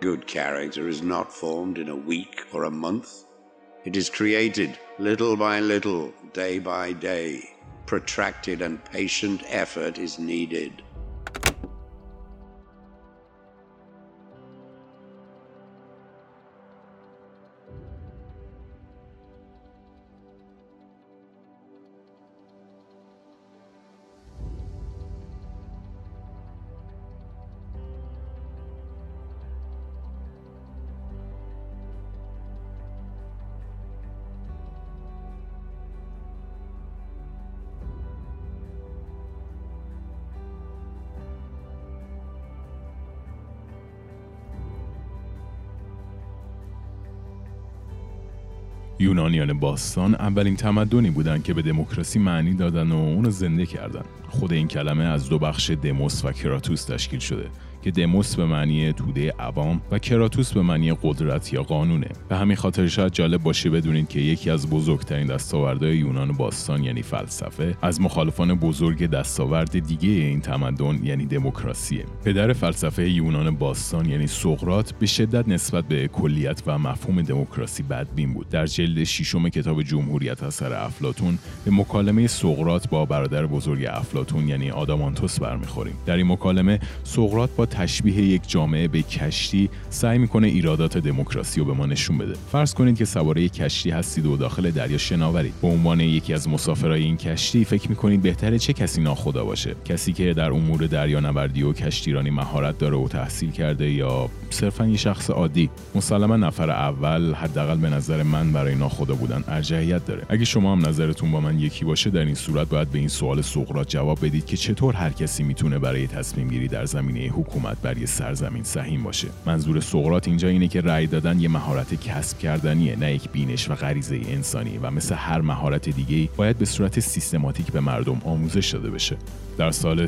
good character is not formed in a week or a month. It is created little by little, day by day. Protracted and patient effort is needed. یونانیان باستان اولین تمدنی بودن که به دموکراسی معنی دادن و اونو زنده کردن. خود این کلمه از دو بخش دموس و کراتوس تشکیل شده که دموس به معنی توده عوام و کراتوس به معنی قدرت یا قانونه. به همین خاطر شاید جالب باشه بدونید که یکی از بزرگترین دستاوردهای یونان باستان یعنی فلسفه از مخالفان بزرگ دستاورد دیگه این تمدن یعنی دموکراسیه. پدر فلسفه یونان باستان یعنی سقراط به شدت نسبت به کلیت و مفهوم دموکراسی بدبین بود. در جلد 6 کتاب جمهوریت اثر افلاطون به مکالمه سقراط با برادر بزرگ افلاطون یعنی آدامانتوس برمیخوریم. در این مکالمه سقراط با تشبیه یک جامعه به کشتی سعی میکنه ایرادات دموکراسی رو به ما نشون بده. فرض کنید که سوار یک کشتی هستید و داخل دریا شناورید. به عنوان یکی از مسافرای این کشتی فکر میکنید بهتره چه کسی ناخدا باشه؟ کسی که در امور دریانوردی و کشتیرانی مهارت داره و تحصیل کرده یا صرفاً یه شخص عادی؟ مسلماً نفر اول حداقل به نظر من برای ناخدا بودن ارجحیت داره. اگه شما هم نظرتون با من یکی باشه در این صورت باید به این سوال سقراط جواب بدید که چطور هر کسی میتونه برای تصمیم گیری در زمینه حکومت بر یه سرزمین سهیم باشه. منظور سقراط اینجا اینه که رأی دادن یه مهارت کسب کردنیه، نه یک بینش و غریزه انسانی و مثل هر مهارت دیگه‌ای باید به صورت سیستماتیک به مردم آموزش داده بشه. در سال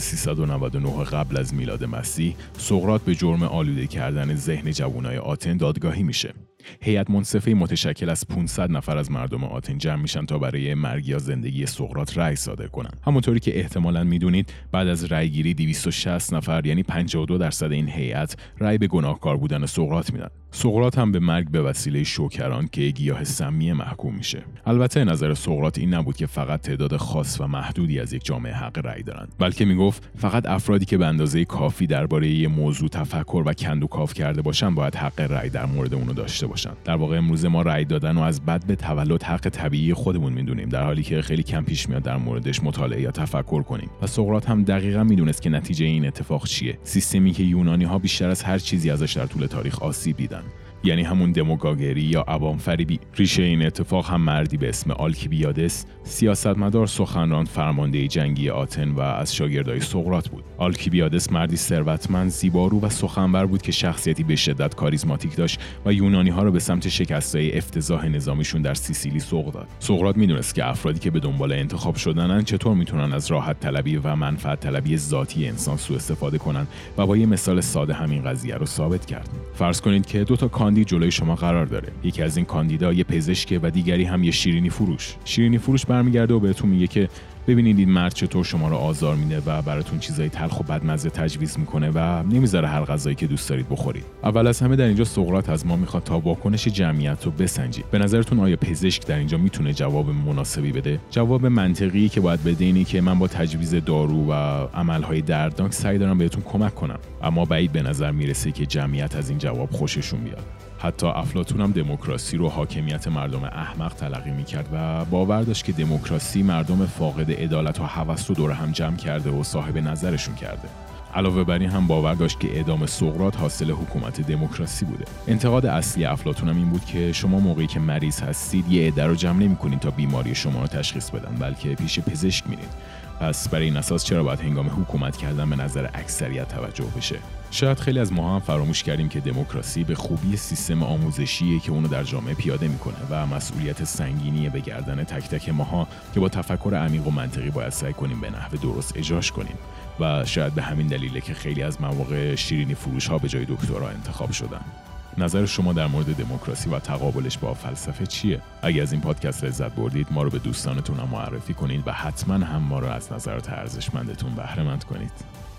399 قبل از میلاد مسیح سقراط به جرم آلوده کردن ذهن جوانای آتن دادگاهی میشه. هیئت منصفه متشکل از 500 نفر از مردم آتن جمع میشن تا برای مرگ یا زندگی سقراط رأی صادر کنن. همونطوری که احتمالاً میدونید بعد از رأیگیری 260 نفر یعنی 52% این هیئت رأی به گناهکار بودن سقراط میدن. سقراط هم به مرگ به وسیله شوکران که گیاه سمیه محکوم میشه. البته نظر سقراط این نبود که فقط تعداد خاص و محدودی از یک جامعه حق رأی دارن، بلکه میگفت فقط افرادی که به اندازه کافی درباره یه موضوع تفکر و کندوکاو کرده باشن باید حق رأی در مورد اونو داشته باشن. در واقع امروز ما رأی دادن و از بد به تولد حق طبیعی خودمون میدونیم، در حالی که خیلی کم پیش میاد در موردش مطالعه یا تفکر کنیم. و سقراط هم دقیقاً میدونست که نتیجه این اتفاق چیه. سیستمی که یونانی‌ها بیشتر از هر چیزی ازش در طول تاریخ آسیب دیدن، یعنی همون دموگاگری یا عوام فریبی. ریشه این اتفاق هم مردی به اسم آلکیبیادس، سیاستمدار، سخنران، فرمانده جنگی آتن و از شاگردای سقراط بود. آلکیبیادس مردی ثروتمند، زیبارو و سخنور بود که شخصیتی به شدت کاریزماتیک داشت و یونانی‌ها رو به سمت شکستای افتضاح نظامیشون در سیسیلی سوق داد. سقراط میدونست که افرادی که به دنبال انتخاب شدنن چطور میتونن از راحت طلبی و منفعت طلبی ذاتی انسان سوء استفاده کنن و با یه مثال ساده همین قضیه رو ثابت کرد. فرض کنید که دو تا کاندید جلوی شما قرار داره. یکی از این کاندیدا یه پزشکه و دیگری هم یه شیرینی فروش. شیرینی فروش برمیگرده و بهتون میگه که ببینید این مرد چطور شما رو آزار میده و براتون چیزای تلخ و بدمزه تجویز میکنه و نمیذاره هر غذایی که دوست دارید بخورید. اول از همه در اینجا سقراط از ما میخواد تا واکنش جمعیت رو بسنجید. به نظرتون آیا پزشک در اینجا میتونه جواب مناسبی بده؟ جواب منطقی که باید بده اینه که من با تجویز دارو و عملهای دردناک سعی دارم بهتون کمک کنم. اما بعید به نظر میرسه که جمعیت از این جواب خوششون بیاد. حتی افلاطون هم دموکراسی رو حاکمیت مردم احمق تلقی میکرد و باور داشت که دموکراسی مردم فاقد عدالت و هوس رو دور هم جمع کرده و صاحب نظرشون کرده. علاوه بر این هم باور داشت که اعدام سقراط حاصل حکومت دموکراسی بوده. انتقاد اصلی افلاطون هم این بود که شما موقعی که مریض هستید یه عده رو جمع نمی‌کنید تا بیماری شما رو تشخیص بدن، بلکه پیش پزشک میرید. پس برای این اساس چرا باید هنگام حکومت کردن به نظر اکثریت توجه بشه؟ شاید خیلی از ما هم فراموش کردیم که دموکراسی به خوبی سیستم آموزشیه که اونو در جامعه پیاده میکنه و مسئولیت سنگینیه به گردن تک تک ماها که با تفکر عمیق و منطقی باید سعی کنیم به نحو درست اجراش کنیم. و شاید به همین دلیله که خیلی از مواقع شیرینی فروش ها به جای دکترها انتخاب شدن. نظر شما در مورد دموکراسی و تقابلش با فلسفه چیه؟ اگه از این پادکست لذت بردید ما رو به دوستانتون هم معرفی کنید و حتما هم ما رو از نظرات ارزشمندتون بهره مند کنید.